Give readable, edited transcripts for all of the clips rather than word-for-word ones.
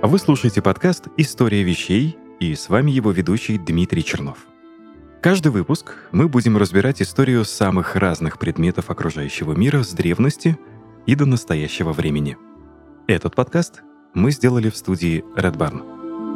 Вы слушаете подкаст «История вещей», и с вами его ведущий Дмитрий Чернов. Каждый выпуск мы будем разбирать историю самых разных предметов окружающего мира с древности и до настоящего времени. Этот подкаст мы сделали в студии Red Barn.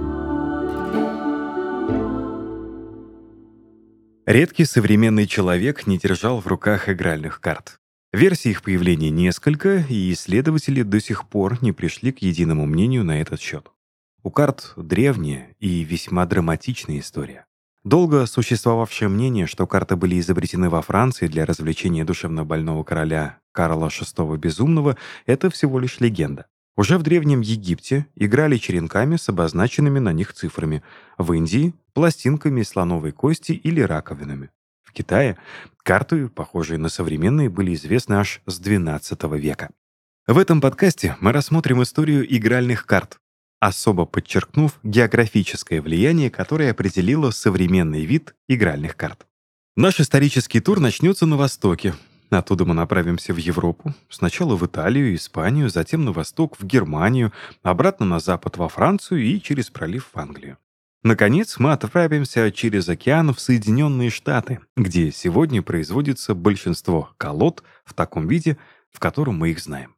Редкий современный человек не держал в руках игральных карт. Версий их появления несколько, и исследователи до сих пор не пришли к единому мнению на этот счет. У карт древняя и весьма драматичная история. Долго существовавшее мнение, что карты были изобретены во Франции для развлечения душевнобольного короля Карла VI Безумного, это всего лишь легенда. Уже в Древнем Египте играли черенками с обозначенными на них цифрами, в Индии — пластинками из слоновой кости или раковинами. В Китае карты, похожие на современные, были известны аж с XII века. В этом подкасте мы рассмотрим историю игральных карт, особо подчеркнув географическое влияние, которое определило современный вид игральных карт. Наш исторический тур начнется на Востоке. Оттуда мы направимся в Европу, сначала в Италию, Испанию, затем на восток, в Германию, обратно на запад во Францию и через пролив в Англию. Наконец, мы отправимся через океан в Соединенные Штаты, где сегодня производится большинство колод в таком виде, в котором мы их знаем.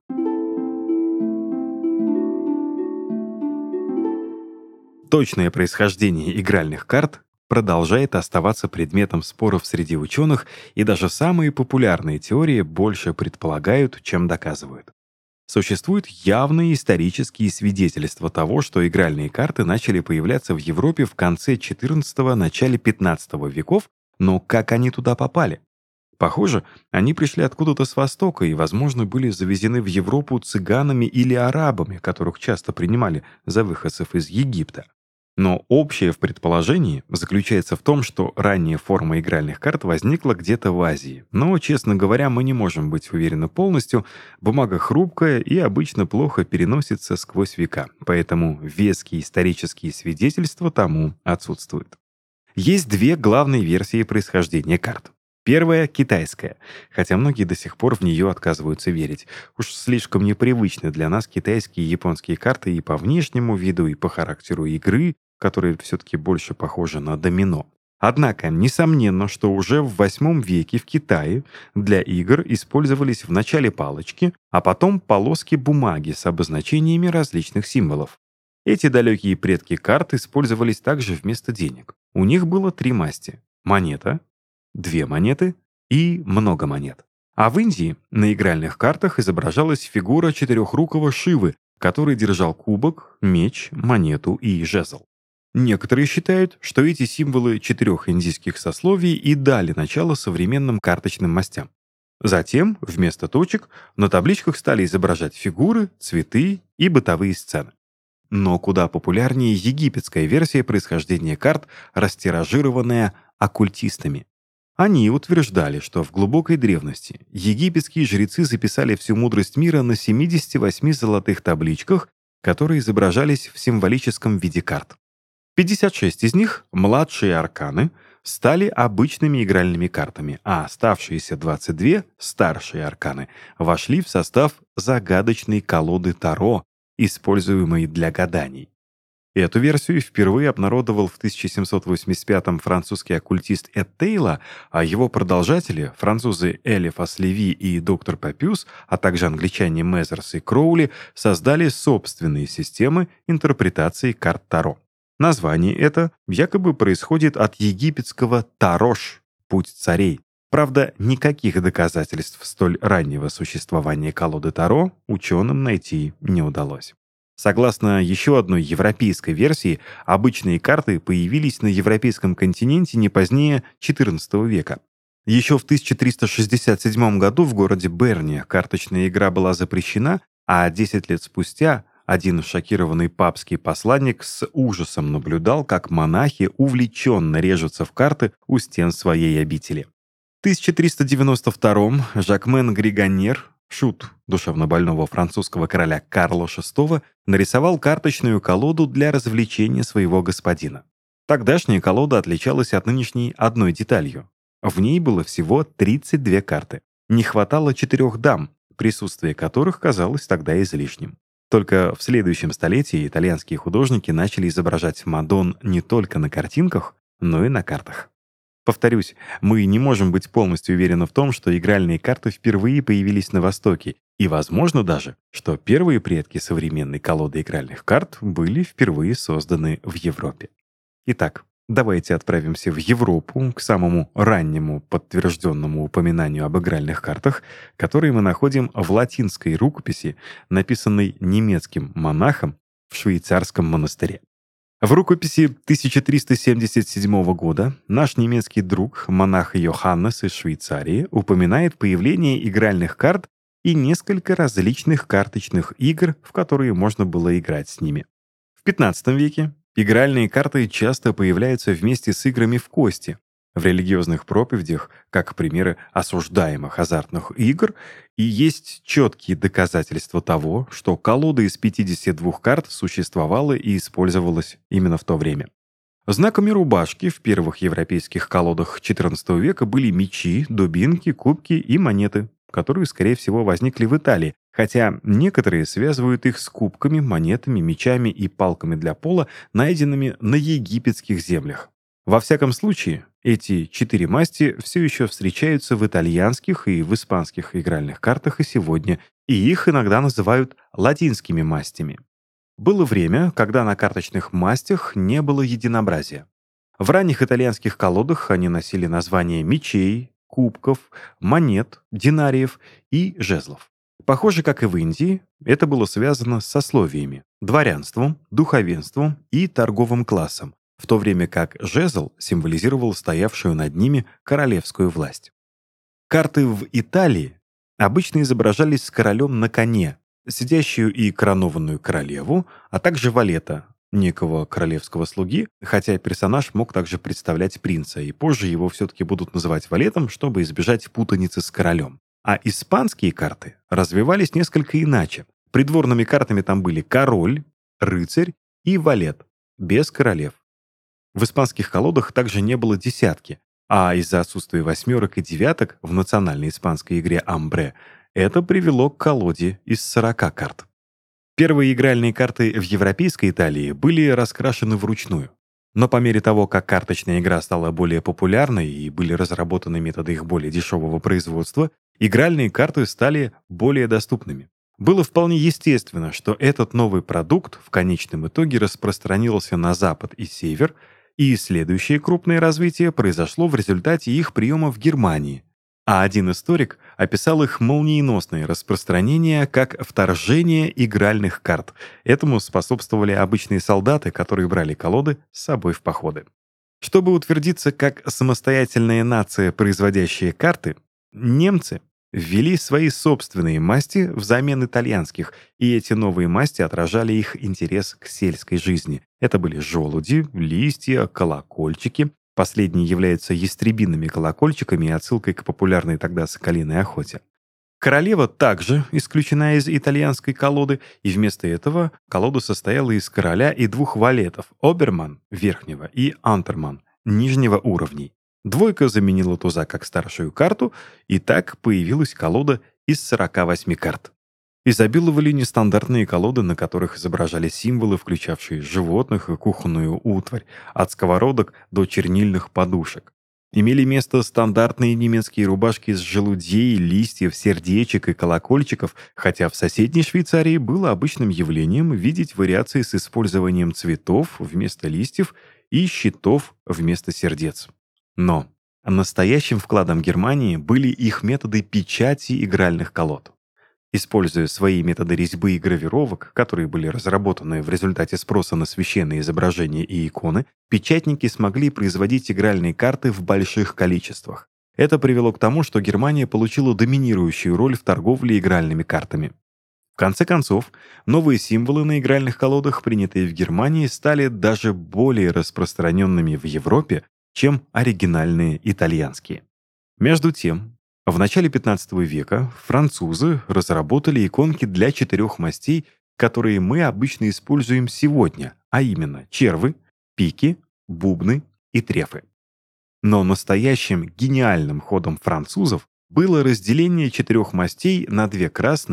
Точное происхождение игральных карт продолжает оставаться предметом споров среди ученых, и даже самые популярные теории больше предполагают, чем доказывают. Существуют явные исторические свидетельства того, что игральные карты начали появляться в Европе в конце XIV – начале XV веков, но как они туда попали? Похоже, они пришли откуда-то с Востока и, возможно, были завезены в Европу цыганами или арабами, которых часто принимали за выходцев из Египта. Но общее в предположении заключается в том, что ранняя форма игральных карт возникла где-то в Азии. Но, честно говоря, мы не можем быть уверены полностью. Бумага хрупкая и обычно плохо переносится сквозь века, поэтому веские исторические свидетельства тому отсутствуют. Есть две главные версии происхождения карт. Первая — китайская, хотя многие до сих пор в нее отказываются верить. Уж слишком непривычны для нас китайские и японские карты и по внешнему виду, и по характеру игры, которые все-таки больше похожи на домино. Однако, несомненно, что уже в VIII веке в Китае для игр использовались вначале палочки, а потом полоски бумаги с обозначениями различных символов. Эти далекие предки карт использовались также вместо денег. У них было три масти — монета, две монеты и много монет. А в Индии на игральных картах изображалась фигура четырехрукого Шивы, который держал кубок, меч, монету и жезл. Некоторые считают, что эти символы четырех индийских сословий и дали начало современным карточным мастям. Затем, вместо точек, на табличках стали изображать фигуры, цветы и бытовые сцены. Но куда популярнее египетская версия происхождения карт, растиражированная оккультистами. Они утверждали, что в глубокой древности египетские жрецы записали всю мудрость мира на 78 золотых табличках, которые изображались в символическом виде карт. 56 из них, младшие арканы, стали обычными игральными картами, а оставшиеся 22, старшие арканы, вошли в состав загадочной колоды Таро, используемой для гаданий. Эту версию впервые обнародовал в 1785-м французский оккультист Эд Тейлор, а его продолжатели, французы Элифас Леви и доктор Папюс, а также англичане Мезерс и Кроули, создали собственные системы интерпретации карт Таро. Название это якобы происходит от египетского «тарош» — «путь царей». Правда, никаких доказательств столь раннего существования колоды Таро ученым найти не удалось. Согласно еще одной европейской версии, обычные карты появились на европейском континенте не позднее XIV века. Еще в 1367 году в городе Берне карточная игра была запрещена, а 10 лет спустя один шокированный папский посланник с ужасом наблюдал, как монахи увлеченно режутся в карты у стен своей обители. В 1392-м Жакмен Григаньер, шут душевнобольного французского короля Карла VI, нарисовал карточную колоду для развлечения своего господина. Тогдашняя колода отличалась от нынешней одной деталью. В ней было всего 32 карты. Не хватало 4 дам, присутствие которых казалось тогда излишним. Только в следующем столетии итальянские художники начали изображать Мадонн не только на картинках, но и на картах. Повторюсь, мы не можем быть полностью уверены в том, что игральные карты впервые появились на Востоке, и возможно даже, что первые предки современной колоды игральных карт были впервые созданы в Европе. Итак, давайте отправимся в Европу, к самому раннему подтвержденному упоминанию об игральных картах, которые мы находим в латинской рукописи, написанной немецким монахом в швейцарском монастыре. В рукописи 1377 года наш немецкий друг, монах Йоханнес из Швейцарии, упоминает появление игральных карт и несколько различных карточных игр, в которые можно было играть с ними. В XV веке игральные карты часто появляются вместе с играми в кости. В религиозных проповедях, как примеры осуждаемых азартных игр, и есть четкие доказательства того, что колода из 52 карт существовала и использовалась именно в то время. Знаками рубашки в первых европейских колодах XIV века были мечи, дубинки, кубки и монеты, которые, скорее всего, возникли в Италии, хотя некоторые связывают их с кубками, монетами, мечами и палками для пола, найденными на египетских землях. Во всяком случае, эти 4 масти все еще встречаются в итальянских и в испанских игральных картах и сегодня, и их иногда называют латинскими мастями. Было время, когда на карточных мастях не было единообразия. В ранних итальянских колодах они носили названия мечей, кубков, монет, динариев и жезлов. Похоже, как и в Индии, это было связано с сословиями, дворянством, духовенством и торговым классом, в то время как жезл символизировал стоявшую над ними королевскую власть. Карты в Италии обычно изображались с королем на коне, сидящую и коронованную королеву, а также валета, некого королевского слуги, хотя персонаж мог также представлять принца, и позже его все-таки будут называть валетом, чтобы избежать путаницы с королем. А испанские карты развивались несколько иначе. Придворными картами там были король, рыцарь и валет, без королев. В испанских колодах также не было десятки, а из-за отсутствия восьмерок и девяток в национальной испанской игре «Амбре» это привело к колоде из 40 карт. Первые игральные карты в европейской Италии были раскрашены вручную. Но по мере того, как карточная игра стала более популярной и были разработаны методы их более дешевого производства, игральные карты стали более доступными. Было вполне естественно, что этот новый продукт в конечном итоге распространился на запад и север, и следующее крупное развитие произошло в результате их приема в Германии. А один историк описал их молниеносное распространение как вторжение игральных карт. Этому способствовали обычные солдаты, которые брали колоды с собой в походы. Чтобы утвердиться как самостоятельная нация, производящая карты, немцы ввели свои собственные масти взамен итальянских, и эти новые масти отражали их интерес к сельской жизни. Это были желуди, листья, колокольчики. Последние являются ястребиными колокольчиками и отсылкой к популярной тогда соколиной охоте. Королева также исключена из итальянской колоды, и вместо этого колода состояла из короля и 2 валетов — оберман верхнего и антерман нижнего уровней. Двойка заменила туза как старшую карту, и так появилась колода из 48 карт. Изобиловали нестандартные колоды, на которых изображались символы, включавшие животных и кухонную утварь, от сковородок до чернильных подушек. Имели место стандартные немецкие рубашки из желудей, листьев, сердечек и колокольчиков, хотя в соседней Швейцарии было обычным явлением видеть вариации с использованием цветов вместо листьев и щитов вместо сердец. Но настоящим вкладом Германии были их методы печати игральных колод. Используя свои методы резьбы и гравировок, которые были разработаны в результате спроса на священные изображения и иконы, печатники смогли производить игральные карты в больших количествах. Это привело к тому, что Германия получила доминирующую роль в торговле игральными картами. В конце концов, новые символы на игральных колодах, принятые в Германии, стали даже более распространенными в Европе, чем оригинальные итальянские. Между тем, в начале XV века французы разработали иконки для 4 мастей, которые мы обычно используем сегодня, а именно червы, пики, бубны и трефы. Но настоящим гениальным ходом французов было разделение 4 мастей на 2 красные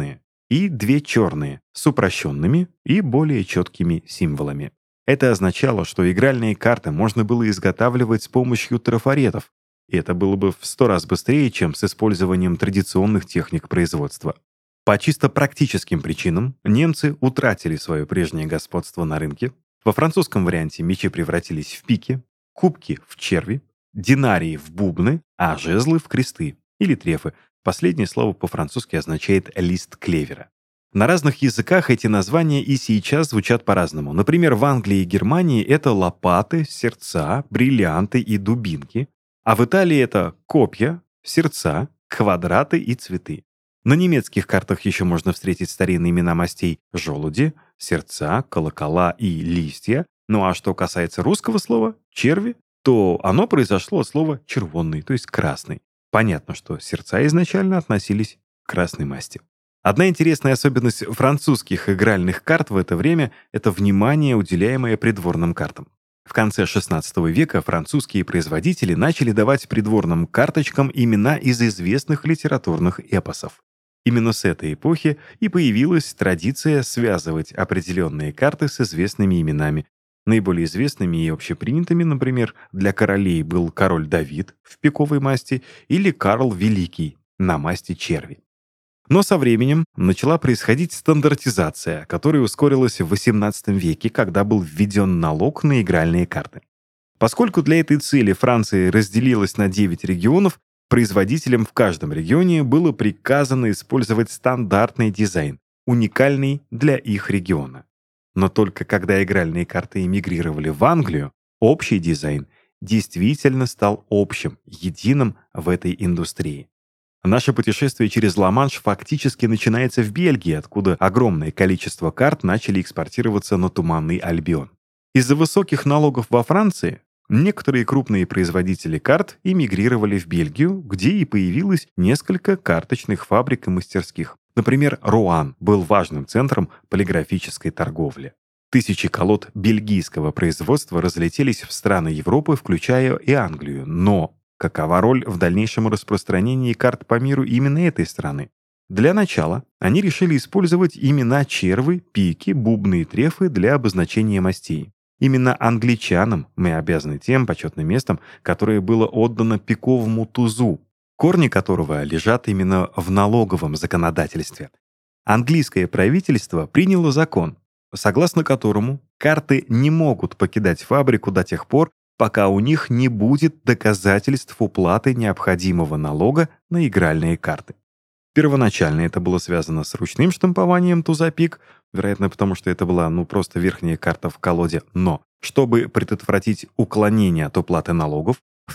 и 2 черные с упрощенными и более четкими символами. Это означало, что игральные карты можно было изготавливать с помощью трафаретов, и это было бы в 100 раз быстрее, чем с использованием традиционных техник производства. По чисто практическим причинам немцы утратили свое прежнее господство на рынке. Во французском варианте мечи превратились в пики, кубки в черви, динарии в бубны, а жезлы в кресты или трефы. Последнее слово по-французски означает «лист клевера». На разных языках эти названия и сейчас звучат по-разному. Например, в Англии и Германии это лопаты, сердца, бриллианты и дубинки, а в Италии это копья, сердца, квадраты и цветы. На немецких картах еще можно встретить старинные имена мастей: желуди, сердца, колокола и листья. Ну а что касается русского слова «черви», то оно произошло от слова «червонный», то есть «красный». Понятно, что сердца изначально относились к красной масти. Одна интересная особенность французских игральных карт в это время — это внимание, уделяемое придворным картам. В конце XVI века французские производители начали давать придворным карточкам имена из известных литературных эпосов. Именно с этой эпохи и появилась традиция связывать определенные карты с известными именами. Наиболее известными и общепринятыми, например, для королей был король Давид в пиковой масти или Карл Великий на масти черви. Но со временем начала происходить стандартизация, которая ускорилась в XVIII веке, когда был введен налог на игральные карты. Поскольку для этой цели Франция разделилась на 9 регионов, производителям в каждом регионе было приказано использовать стандартный дизайн, уникальный для их региона. Но только когда игральные карты эмигрировали в Англию, общий дизайн действительно стал общим, единым в этой индустрии. Наше путешествие через Ла-Манш фактически начинается в Бельгии, откуда огромное количество карт начали экспортироваться на Туманный Альбион. Из-за высоких налогов во Франции некоторые крупные производители карт эмигрировали в Бельгию, где и появилось несколько карточных фабрик и мастерских. Например, Руан был важным центром полиграфической торговли. Тысячи колод бельгийского производства разлетелись в страны Европы, включая и Англию, но какова роль в дальнейшем распространении карт по миру именно этой страны? Для начала они решили использовать имена червы, пики, бубны и трефы для обозначения мастей. Именно англичанам мы обязаны тем почетным местом, которое было отдано пиковому тузу, корни которого лежат именно в налоговом законодательстве. Английское правительство приняло закон, согласно которому карты не могут покидать фабрику до тех пор, пока у них не будет доказательств уплаты необходимого налога на игральные карты. Первоначально это было связано с ручным штампованием туза пик, вероятно, потому что это была просто верхняя карта в колоде. Но, чтобы предотвратить уклонение от уплаты налогов, в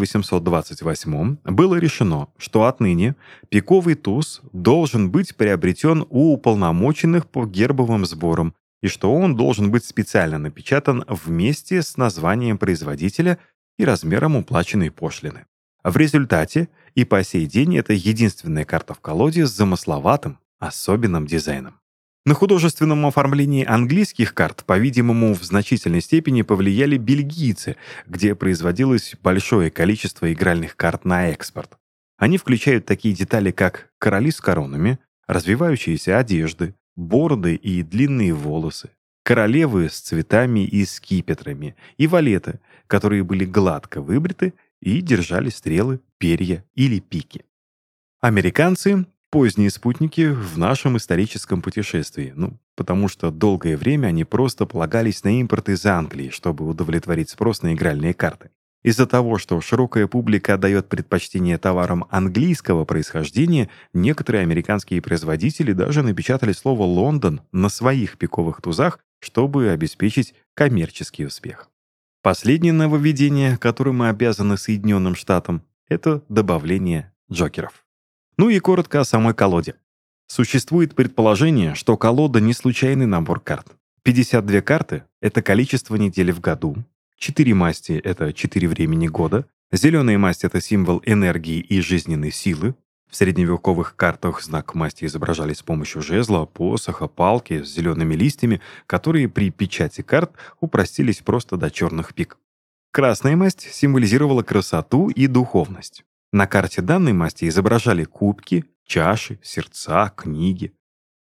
1828 было решено, что отныне пиковый туз должен быть приобретен у уполномоченных по гербовым сборам, и что он должен быть специально напечатан вместе с названием производителя и размером уплаченной пошлины. В результате и по сей день это единственная карта в колоде с замысловатым, особенным дизайном. На художественном оформлении английских карт, по-видимому, в значительной степени повлияли бельгийцы, где производилось большое количество игральных карт на экспорт. Они включают такие детали, как короли с коронами, развивающиеся одежды, бороды и длинные волосы, королевы с цветами и скипетрами, и валеты, которые были гладко выбриты и держали стрелы, перья или пики. Американцы — поздние спутники в нашем историческом путешествии, потому что долгое время они просто полагались на импорт из Англии, чтобы удовлетворить спрос на игральные карты. Из-за того, что широкая публика отдает предпочтение товарам английского происхождения, некоторые американские производители даже напечатали слово «Лондон» на своих пиковых тузах, чтобы обеспечить коммерческий успех. Последнее нововведение, которым мы обязаны Соединенным Штатам, это добавление джокеров. И коротко о самой колоде. Существует предположение, что колода не случайный набор карт. 52 карты — это количество недель в году, 4 масти — это 4 времени года, зеленая масть — это символ энергии и жизненной силы. В средневековых картах знак масти изображали с помощью жезла, посоха, палки с зелеными листьями, которые при печати карт упростились просто до черных пик. Красная масть символизировала красоту и духовность. На карте данной масти изображали кубки, чаши, сердца, книги.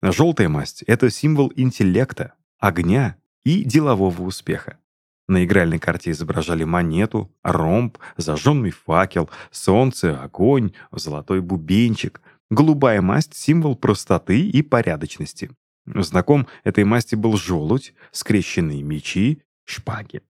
Желтая масть — это символ интеллекта, огня и делового успеха. На игральной карте изображали монету, ромб, зажженный факел, солнце, огонь, золотой бубенчик. Голубая масть — символ простоты и порядочности. Знаком этой масти был желудь, скрещенные мечи, шпаги.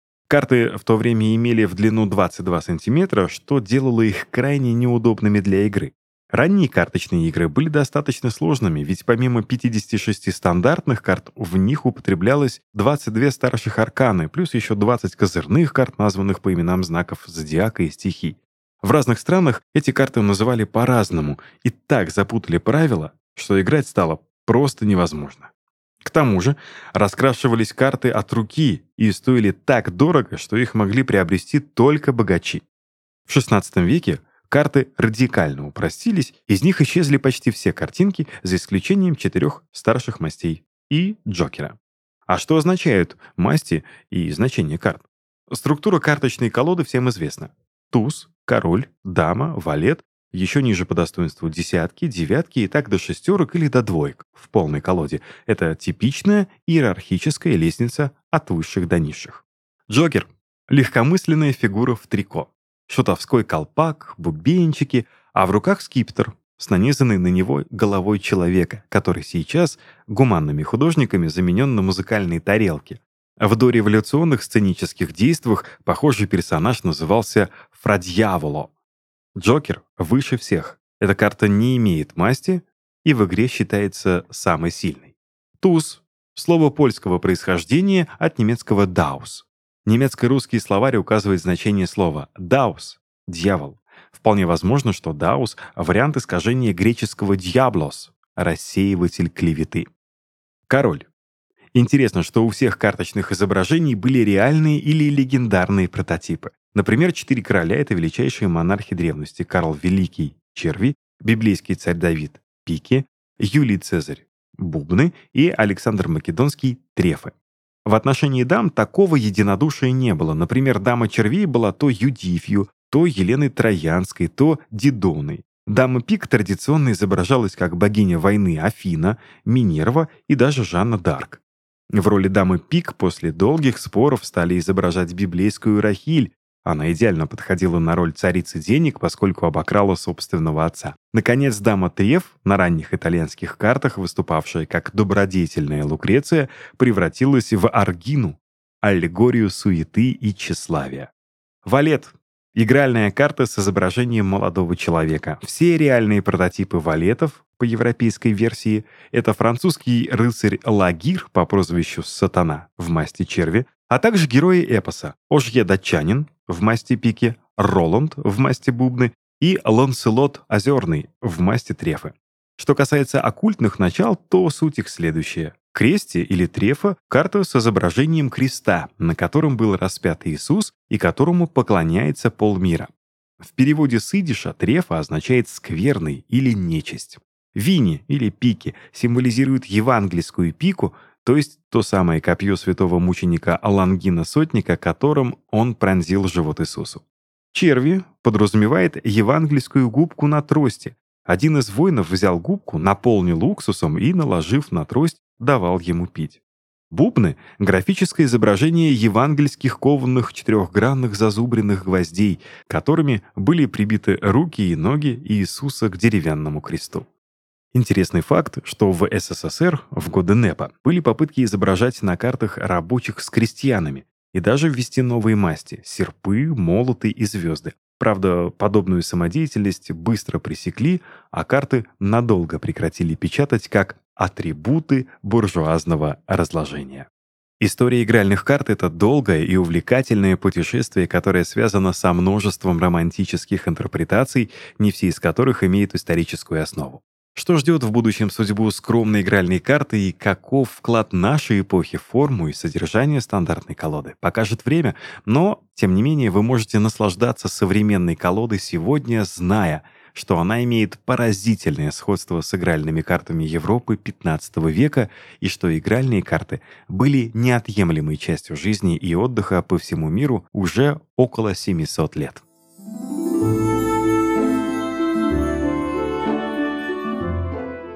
Карты в то время имели в длину 22 сантиметра, что делало их крайне неудобными для игры. Ранние карточные игры были достаточно сложными, ведь помимо 56 стандартных карт, в них употреблялось 22 старших арканы, плюс еще 20 козырных карт, названных по именам знаков зодиака и стихий. В разных странах эти карты называли по-разному и так запутали правила, что играть стало просто невозможно. К тому же раскрашивались карты от руки и стоили так дорого, что их могли приобрести только богачи. В XVI веке карты радикально упростились, из них исчезли почти все картинки, за исключением 4 старших мастей и Джокера. А что означают масти и значения карт? Структура карточной колоды всем известна. Туз, король, дама, валет, еще ниже по достоинству десятки, девятки и так до шестерок или до двоек в полной колоде. Это типичная иерархическая лестница от высших до низших. Джокер — легкомысленная фигура в трико. Шутовской колпак, бубенчики, а в руках скипетр с нанизанной на него головой человека, который сейчас гуманными художниками заменен на музыкальные тарелки. В дореволюционных сценических действиях похожий персонаж назывался Фра-Дьяволо. Джокер выше всех. Эта карта не имеет масти и в игре считается самой сильной. Туз — слово польского происхождения от немецкого «даус». Немецко-русский словарь указывает значение слова «даус» — «дьявол». Вполне возможно, что «даус» — вариант искажения греческого «диаблос» — рассеиватель клеветы. Король. Интересно, что у всех карточных изображений были реальные или легендарные прототипы. Например, 4 короля — это величайшие монархи древности: Карл Великий — черви, библейский царь Давид — пики, Юлий Цезарь — бубны и Александр Македонский — трефы. В отношении дам такого единодушия не было. Например, дама червей была то Юдифью, то Еленой Троянской, то Дидоной. Дама пик традиционно изображалась как богиня войны Афина, Минерва и даже Жанна д'Арк. В роли дамы пик после долгих споров стали изображать библейскую Рахиль. Она идеально подходила на роль царицы денег, поскольку обокрала собственного отца. Наконец, дама треф, на ранних итальянских картах выступавшая как добродетельная Лукреция, превратилась в Аргину, аллегорию суеты и тщеславия. Валет — игральная карта с изображением молодого человека. Все реальные прототипы валетов по европейской версии — это французский рыцарь Лагир по прозвищу Сатана в масти черви, а также герои эпоса: Ожье датчанин в масти пики, Роланд в масти бубны и Ланселот Озерный в масти трефы. Что касается оккультных начал, то суть их следующая. Кресте или трефа — карта с изображением креста, на котором был распят Иисус и которому поклоняется полмира. В переводе с идиша трефа означает «скверный» или «нечисть». Вини или пики символизируют евангельскую пику, то есть то самое копье святого мученика Лангина Сотника, которым он пронзил живот Иисусу. Черви подразумевает евангельскую губку на трости. Один из воинов взял губку, наполнил уксусом и, наложив на трость, давал ему пить. Бубны — графическое изображение евангельских кованых четырехгранных зазубренных гвоздей, которыми были прибиты руки и ноги Иисуса к деревянному кресту. Интересный факт, что в СССР в годы НЭПа были попытки изображать на картах рабочих с крестьянами и даже ввести новые масти — серпы, молоты и звезды. Правда, подобную самодеятельность быстро пресекли, а карты надолго прекратили печатать как атрибуты буржуазного разложения. История игральных карт — это долгое и увлекательное путешествие, которое связано со множеством романтических интерпретаций, не все из которых имеют историческую основу. Что ждет в будущем судьбу скромной игральной карты и каков вклад нашей эпохи в форму и содержание стандартной колоды, покажет время, но, тем не менее, вы можете наслаждаться современной колодой сегодня, зная, что она имеет поразительное сходство с игральными картами Европы XV века и что игральные карты были неотъемлемой частью жизни и отдыха по всему миру уже около 700 лет.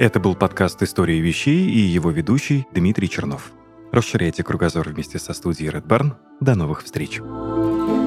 Это был подкаст «Истории вещей» и его ведущий Дмитрий Чернов. Расширяйте кругозор вместе со студией Red Barn. До новых встреч!